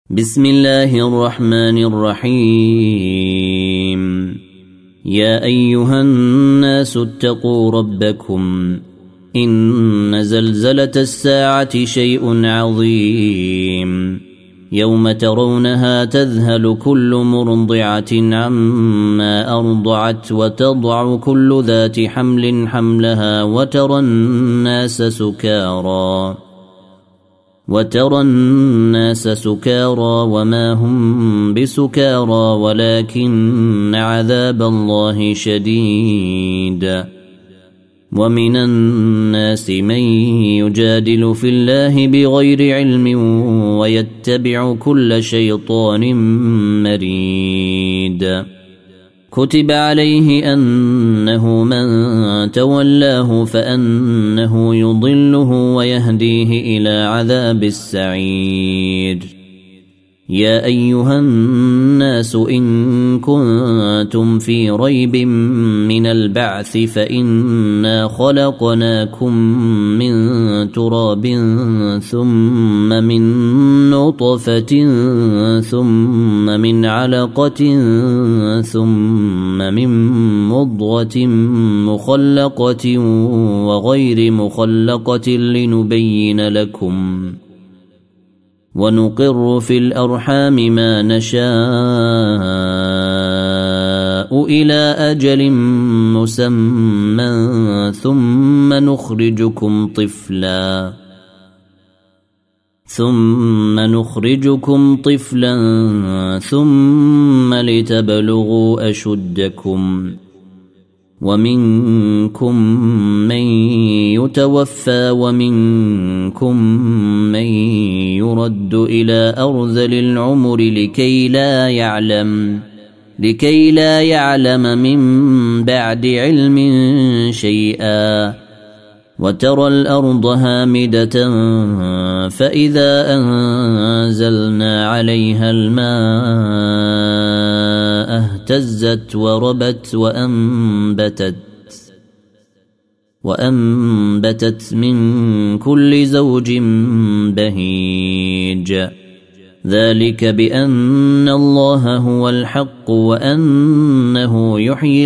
بسم الله الرحمن الرحيم. يا أيها الناس اتقوا ربكم إن زلزلة الساعة شيء عظيم يوم ترونها تذهل كل مرضعة عما أرضعت وتضع كل ذات حمل حملها وترى الناس سكارى وما هم بسكارى ولكن عذاب الله شديد. ومن الناس من يجادل في الله بغير علم ويتبع كل شيطان مريد. كتب عليه أنه من تولاه فأنه يضله ويهديه إلى عذاب السعير. يا أيها الناس إن كنتم في ريب من البعث فإنا خلقناكم من تراب ثم من نطفة ثم من علقة ثم من مضغة مخلقة وغير مخلقة لنبين لكم ونقر في الأرحام ما نشاء إلى أجل مسمى ثم نخرجكم طفلا ثم لتبلغوا أشدكم ومنكم من يتوفى ومنكم من يرد إلى أرذل العمر لكي لا يعلم من بعد علم شيئا. وترى الأرض هامدة فإذا أنزلنا عليها الماء اهتزت وربت وأنبتت من كل زوج بهيج. ذلك بأن الله هو الحق وأنه يحيي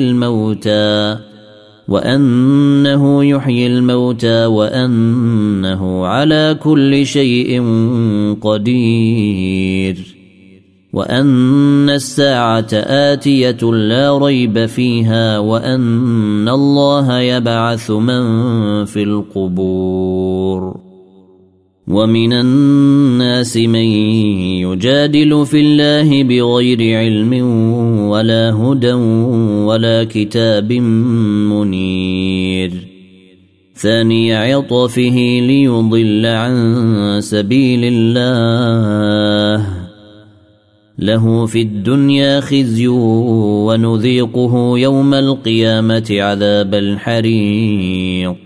الموتى وأنه على كل شيء قدير وأن الساعة آتية لا ريب فيها وأن الله يبعث من في القبور. ومن الناس من يجادل في الله بغير علم ولا هدى ولا كتاب منير. ثاني عطفه ليضل عن سبيل الله له في الدنيا خزي ونذيقه يوم القيامة عذاب الحريق.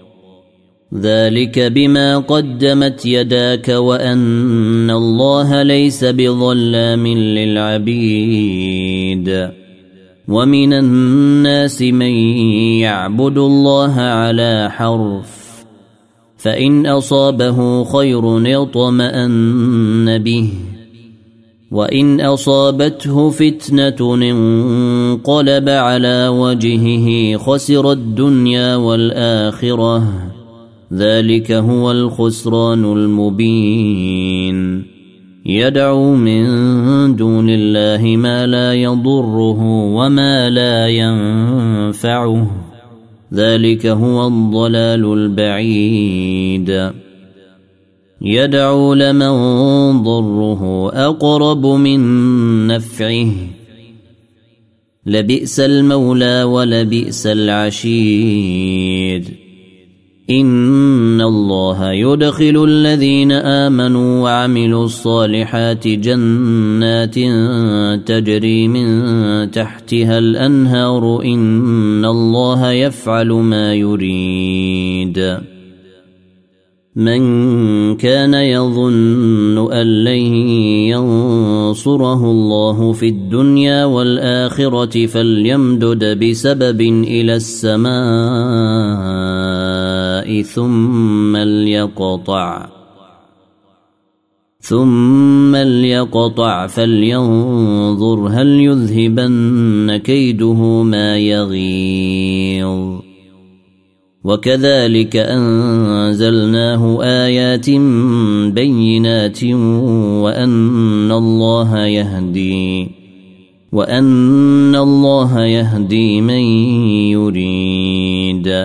ذلك بما قدمت يداك وأن الله ليس بظلام للعبيد. ومن الناس من يعبد الله على حرف فإن أصابه خير اطمأن به وإن أصابته فتنة انقلب على وجهه خسر الدنيا والآخرة. ذلك هو الخسران المبين. يدعو من دون الله ما لا يضره وما لا ينفعه. ذلك هو الضلال البعيد. يدعو لمن ضره أقرب من نفعه لبئس المولى ولبئس العشير. إن الله يدخل الذين آمنوا وعملوا الصالحات جنات تجري من تحتها الأنهار إن الله يفعل ما يريد. من كان يظن أن لن ينصره الله في الدنيا والآخرة فليمدد بسبب إلى السماء ثم ليقطع ثم ليقطع فلينظر هل يذهبن كيده ما يغيظ وكذلك أنزلناه آيات بينات وأن الله يهدي من يريد.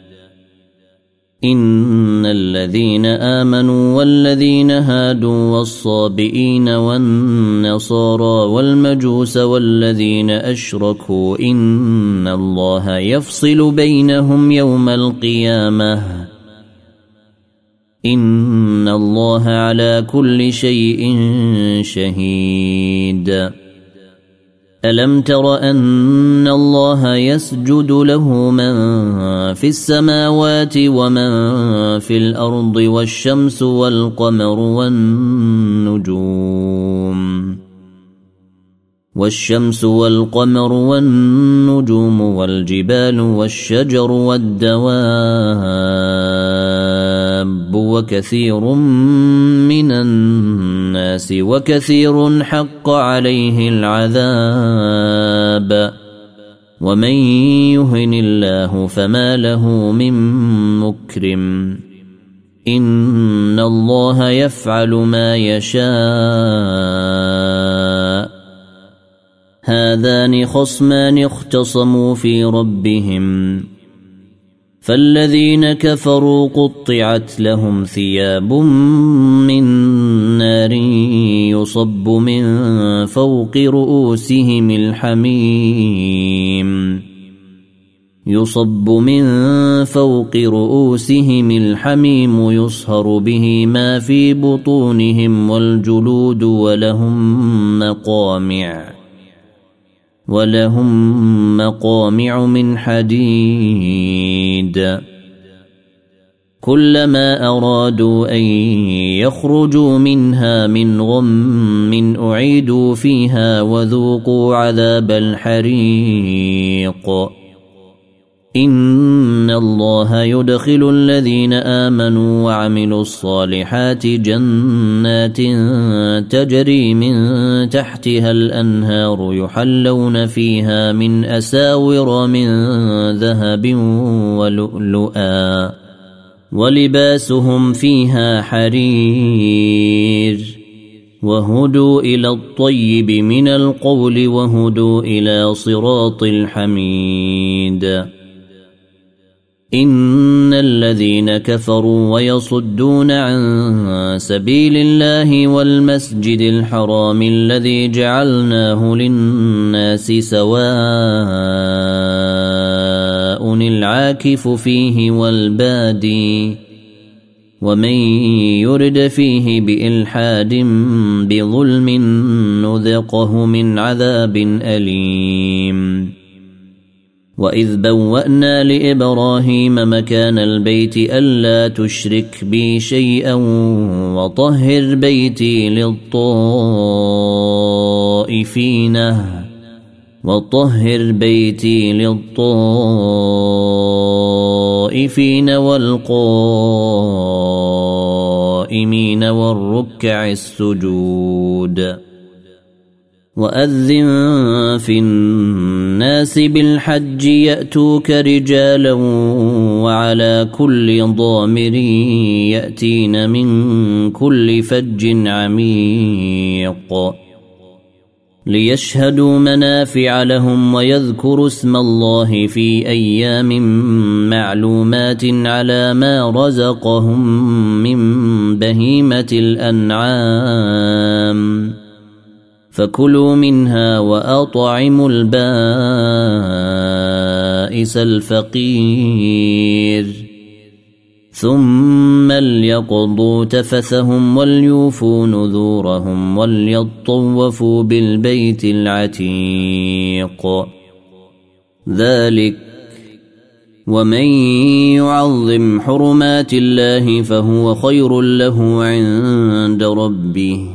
إن الذين آمنوا والذين هادوا والصابئين والنصارى والمجوس والذين أشركوا إن الله يفصل بينهم يوم القيامة إن الله على كل شيء شهيد. ألم تر أن الله يسجد له من في السماوات ومن في الأرض والشمس والقمر والنجوم والجبال والشجر والدواب وكثير من الناس وكثير حق عليه العذاب ومن يهن الله فما له من مكرم. إن الله يفعل ما يشاء. هذان خصمان اختصموا في ربهم فالذين كفروا قطعت لهم ثياب من نار يصب من فوق رؤوسهم الحميم يصهر به ما في بطونهم والجلود ولهم مقامع من حديد. كلما أرادوا أن يخرجوا منها من غم أعيدوا فيها وذوقوا عذاب الحريق. إن الله يدخل الذين آمنوا وعملوا الصالحات جنات تجري من تحتها الأنهار يحلون فيها من أساور من ذهب ولؤلؤا ولباسهم فيها حرير وهدوا إلى الطيب من القول وهدوا إلى صراط الحميد. إن الذين كفروا ويصدون عن سبيل الله والمسجد الحرام الذي جعلناه للناس سواء العاكف فيه والبادي ومن يرد فيه بإلحاد بظلم نذقه من عذاب أليم. وإذ بوأنا لإبراهيم مكان البيت ألا تشرك بي شيئا وطهر بيتي للطائفين والقائمين والركع السجود. وأذن في الناس بالحج يأتوك رجالا وعلى كل ضامر يأتين من كل فج عميق ليشهدوا منافع لهم ويذكروا اسم الله في أيام معلومات على ما رزقهم من بهيمة الأنعام فكلوا منها وأطعموا البائس الفقير ثم ليقضوا تفثهم وليوفوا نذورهم وليطوفوا بالبيت العتيق. ذلك ومن يعظم حرمات الله فهو خير له عند ربه.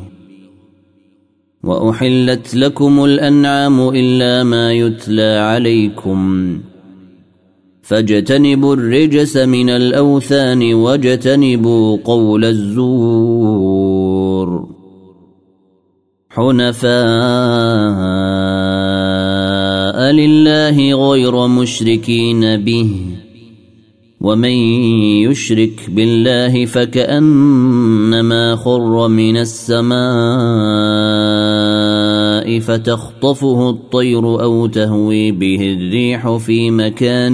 وأحلت لكم الأنعام إلا ما يتلى عليكم فاجتنبوا الرجس من الأوثان واجتنبوا قول الزور. حنفاء لله غير مشركين به ومن يشرك بالله فكأنما خر من السماء فتخطفه الطير أو تهوي به الريح في مكان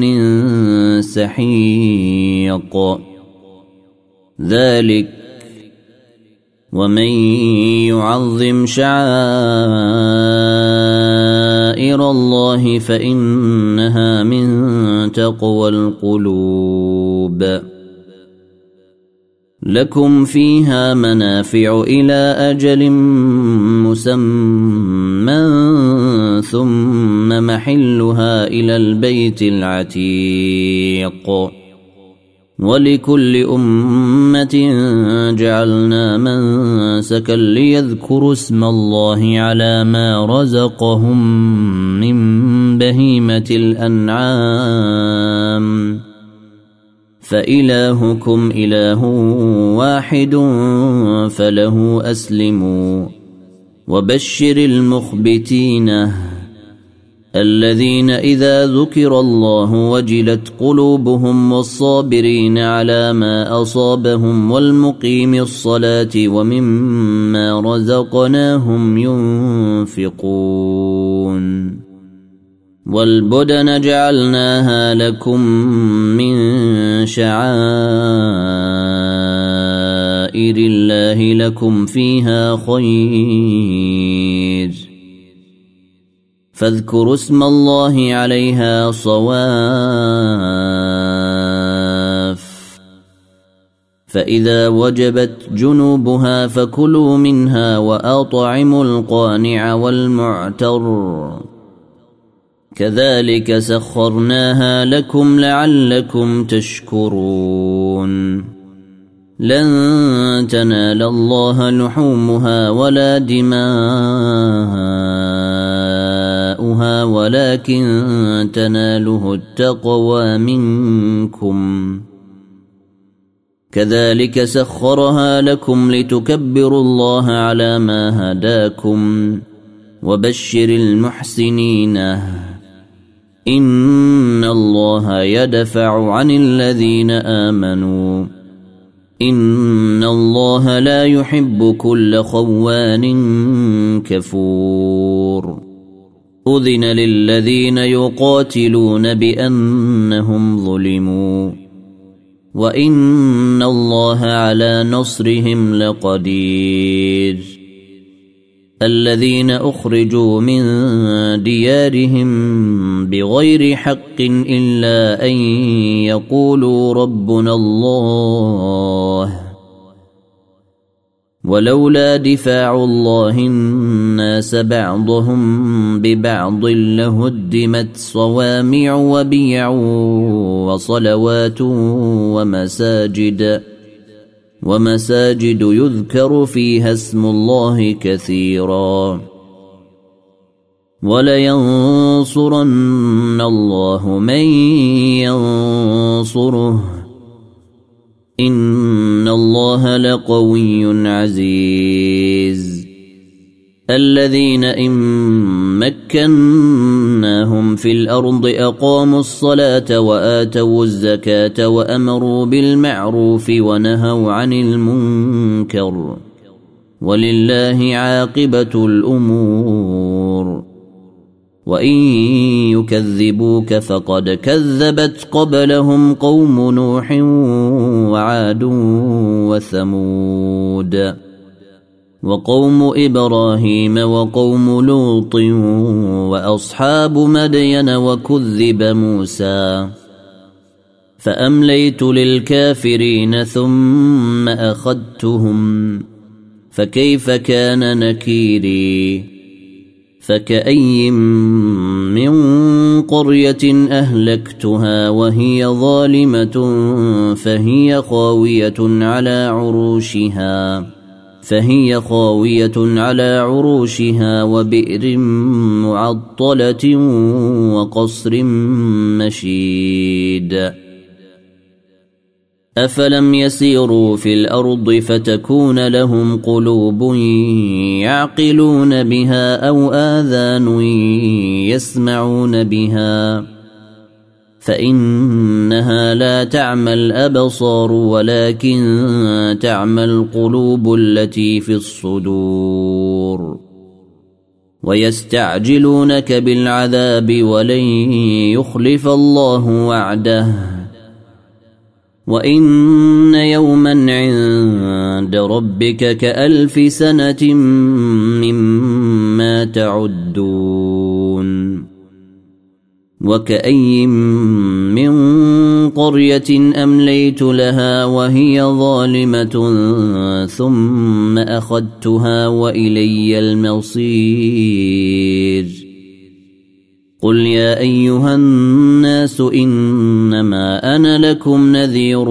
سحيق ذلك ومن يعظم شعائر الله فإنها من تقوى القلوب لكم فيها منافع إلى أجل مسمى ثم محلها إلى البيت العتيق ولكل أمة جعلنا منسكا ليذكروا اسم الله على ما رزقهم من بهيمة الأنعام فإلهكم إله واحد فله أسلموا وبشر المخبتين الذين إذا ذكر الله وجلت قلوبهم والصابرين على ما أصابهم والمقيم الصلاة ومما رزقناهم ينفقون والبدن جعلناها لكم من شعائر الله لكم فيها خير فاذكروا اسم الله عليها صواف فإذا وجبت جنوبها فكلوا منها وأطعموا القانع والمعتر كذلك سخرناها لكم لعلكم تشكرون لن تنال الله لحومها ولا دماؤها ولكن تناله التقوى منكم كذلك سخرها لكم لتكبروا الله على ما هداكم وبشر المحسنين إن الله يدفع عن الذين آمنوا إن الله لا يحب كل خوان كفور أذن للذين يقاتلون بأنهم ظلموا وإن الله على نصرهم لقدير الذين أخرجوا من ديارهم بغير حق إلا أن يقولوا ربنا الله ولولا دفاع الله الناس بعضهم ببعض لهدمت صوامع وبيع وصلوات ومساجد يذكر فيها اسم الله كثيرا ولينصرن الله من ينصره إن الله لقوي عزيز الذين إن مكناهم في الأرض أقاموا الصلاة وآتوا الزكاة وأمروا بالمعروف ونهوا عن المنكر ولله عاقبة الأمور وإن يكذبوك فقد كذبت قبلهم قوم نوح وعاد وثمود وقوم إبراهيم وقوم لوط وأصحاب مدين وكذب موسى فأمليت للكافرين ثم أخذتهم فكيف كان نكيري فكأي من قرية أهلكتها وهي ظالمة فهي خاوية على عروشها وبئر معطلة وقصر مشيد أفلم يسيروا في الأرض فتكون لهم قلوب يعقلون بها أو آذان يسمعون بها فإنها لا تعمى الأبصار ولكن تعمى القلوب التي في الصدور ويستعجلونك بالعذاب ولن يخلف الله وعده وإن يوما عند ربك كألف سنة مما تعدون وكأي من قرية أمليت لها وهي ظالمة ثم أخذتها وإلي المصير قل يا أيها الناس إنما أنا لكم نذير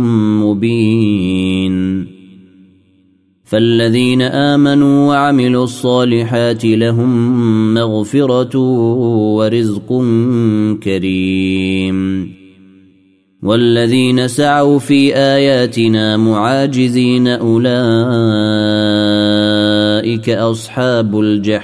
مبين فالذين آمنوا وعملوا الصالحات لهم مغفرة ورزق كريم والذين سعوا في آياتنا معاجزين أولئك أصحاب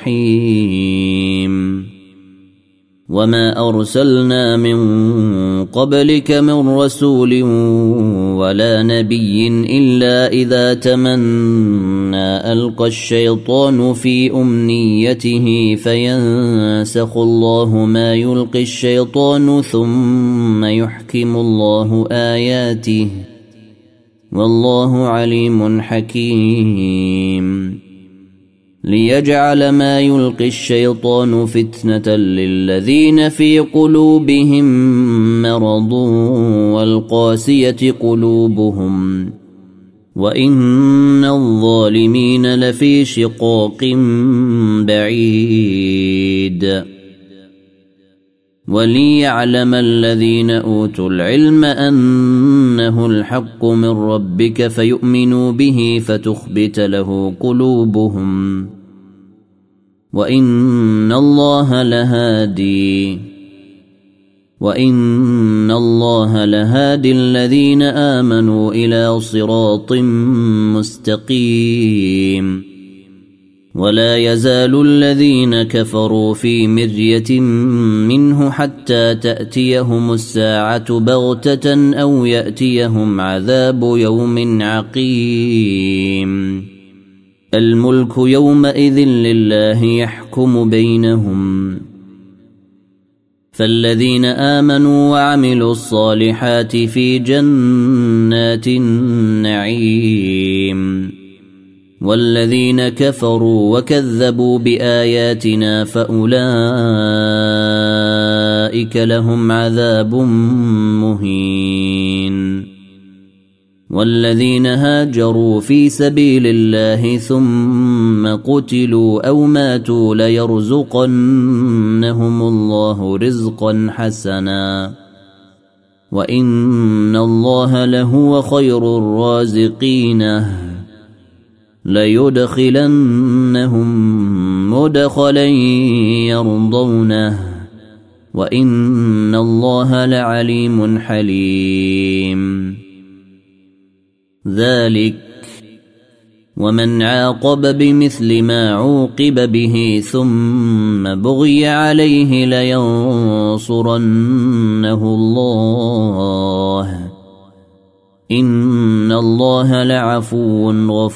الجحيم وما أرسلنا من قبلك من رسول ولا نبي إلا إذا تمنى ألقى الشيطان في أمنيته فينسخ الله ما يلقي الشيطان ثم يحكم الله آياته والله عليم حكيم ليجعل ما يلقي الشيطان فتنة للذين في قلوبهم مرض والقاسية قلوبهم وإن الظالمين لفي شقاق بعيد وليعلم الذين أوتوا العلم أنه الحق من ربك فيؤمنوا به فتخبت له قلوبهم وإن الله لهادي الذين آمنوا إلى صراط مستقيم ولا يزال الذين كفروا في مرية منه حتى تأتيهم الساعة بغتة أو يأتيهم عذاب يوم عقيم الملك يومئذ لله يحكم بينهم فالذين آمنوا وعملوا الصالحات في جنات النعيم والذين كفروا وكذبوا بآياتنا فأولئك لهم عذاب مهين والذين هاجروا في سبيل الله ثم قتلوا أو ماتوا ليرزقنهم الله رزقا حسنا وإن الله لهو خير الرازقين ليدخلنهم مدخلا يرضونه وإن الله لعليم حليم ذلك ومن عاقب بمثل ما عوقب به ثم بغي عليه لينصرنه الله إن الله لعفو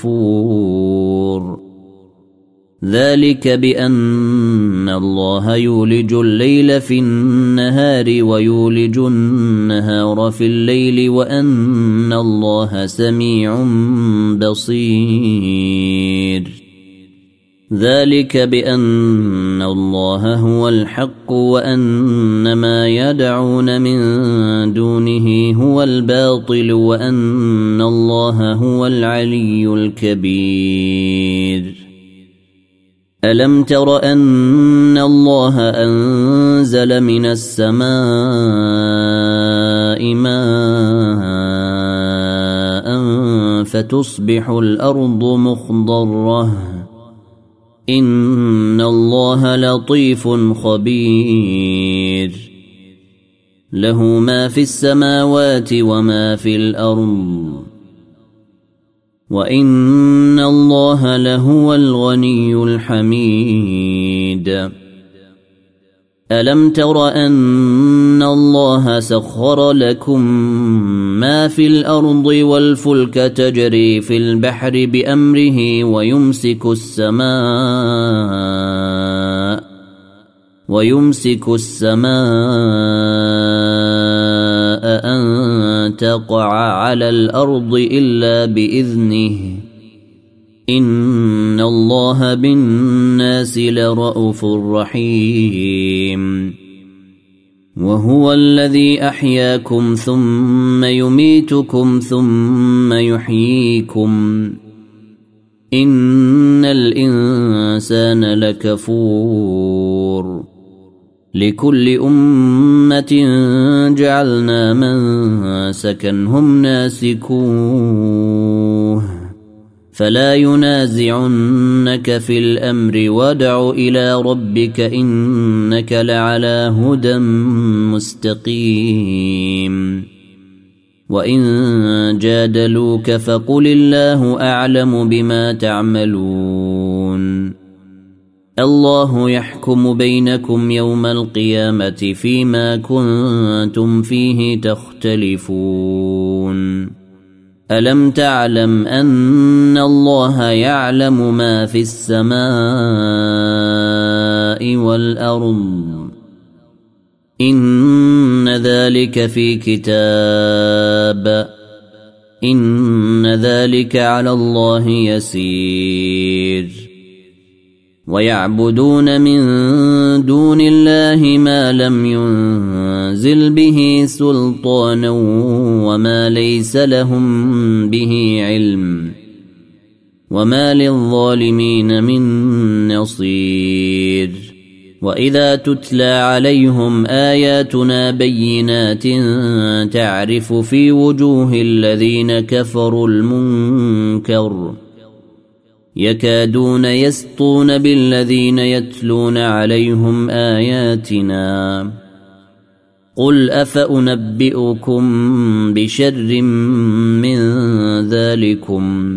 غفور ذلك بأن الله يولج الليل في النهار ويولج النهار في الليل وأن الله سميع بصير ذلك بأن الله هو الحق وأن ما يدعون من دونه هو الباطل وأن الله هو العلي الكبير ألم تر أن الله أنزل من السماء ماء فتصبح الأرض مخضرة إن الله لطيف خبير له ما في السماوات وما في الأرض وإن الله لهو الغني الحميد ألم تر أن الله سخر لكم ما في الأرض والفلك تجري في البحر بأمره ويمسك السماء أن تقع على الأرض إلا بإذنه إن الله بالناس لرءوف رحيم وهو الذي أحياكم ثم يميتكم ثم يحييكم إن الإنسان لكفور لكل أمة جعلنا منسكا هم ناسكوه فلا ينازعنك في الأمر وادع إلى ربك إنك لعلى هدى مستقيم وإن جادلوك فقل الله أعلم بما تعملون الله يحكم بينكم يوم القيامة فيما كنتم فيه تختلفون ألم تعلم أن الله يعلم ما في السماء والأرض إن ذلك في كتاب إن ذلك على الله يسير ويعبدون من دون الله ما لم ينزل به سلطانا وما ليس لهم به علم وما للظالمين من نصير وإذا تتلى عليهم آياتنا بينات تعرف في وجوه الذين كفروا المنكر يكادون يسطون بالذين يتلون عليهم آياتنا قل أفأنبئكم بشر من ذلكم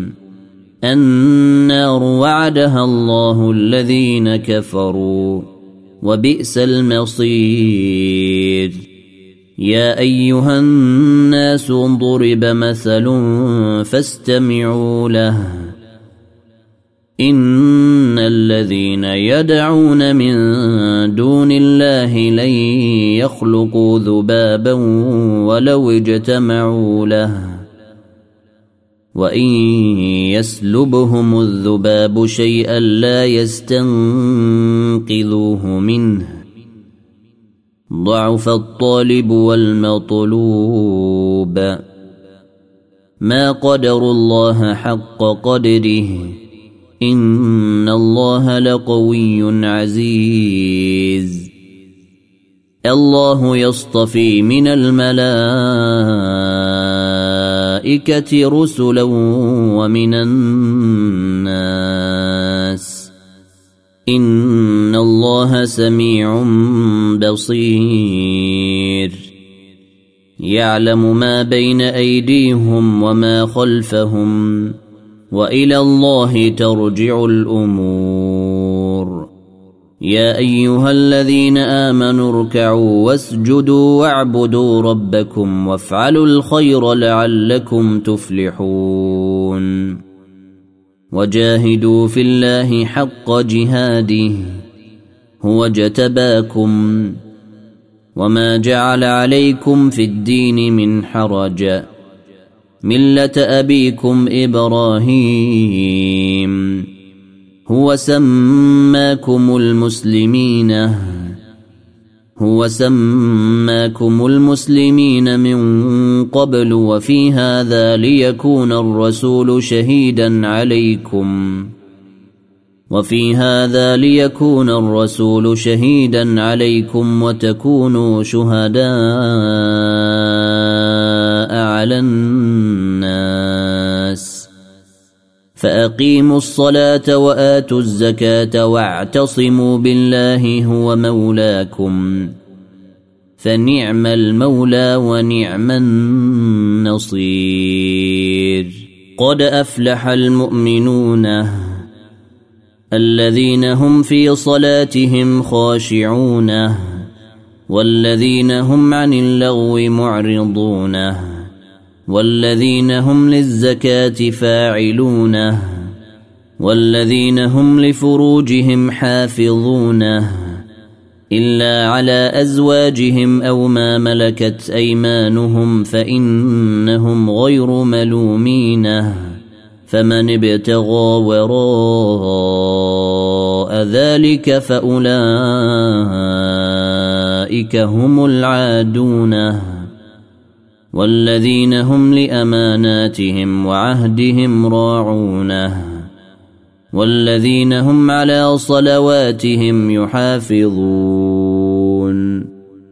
النار وعدها الله الذين كفروا وبئس المصير يا أيها الناس ضرب مثل فاستمعوا له إن الذين يدعون من دون الله لن يخلقوا ذبابا ولو اجتمعوا له وإن يسلبهم الذباب شيئا لا يستنقذوه منه ضعف الطالب والمطلوب ما قدروا الله حق قدره إن الله لقوي عزيز الله يصطفي من الملائكة رسلا ومن الناس إن الله سميع بصير يعلم ما بين أيديهم وما خلفهم وإلى الله ترجع الأمور يا أيها الذين آمنوا اركعوا واسجدوا واعبدوا ربكم وافعلوا الخير لعلكم تفلحون وجاهدوا في الله حق جهاده هو اجتباكم وما جعل عليكم في الدين من حرج ملة أبيكم إبراهيم هو سماكم المسلمين من قبل وفي هذا ليكون الرسول شهيدا عليكم وتكونوا شهداء على الناس فأقيموا الصلاة وآتوا الزكاة واعتصموا بالله هو مولاكم فنعم المولى ونعم النصير قد أفلح المؤمنون الذين هم في صلاتهم خاشعون والذين هم عن اللغو معرضون والذين هم للزكاة فاعلون والذين هم لفروجهم حافظون إلا على أزواجهم أو ما ملكت أيمانهم فإنهم غير ملومين فمن ابتغى وراء ذلك فأولئك هم العادون والذين هم لأماناتهم وعهدهم راعون والذين هم على صلواتهم يحافظون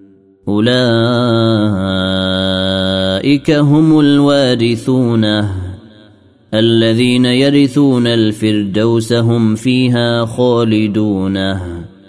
أولئك هم الوارثون الذين يرثون الفردوس هم فيها خالدون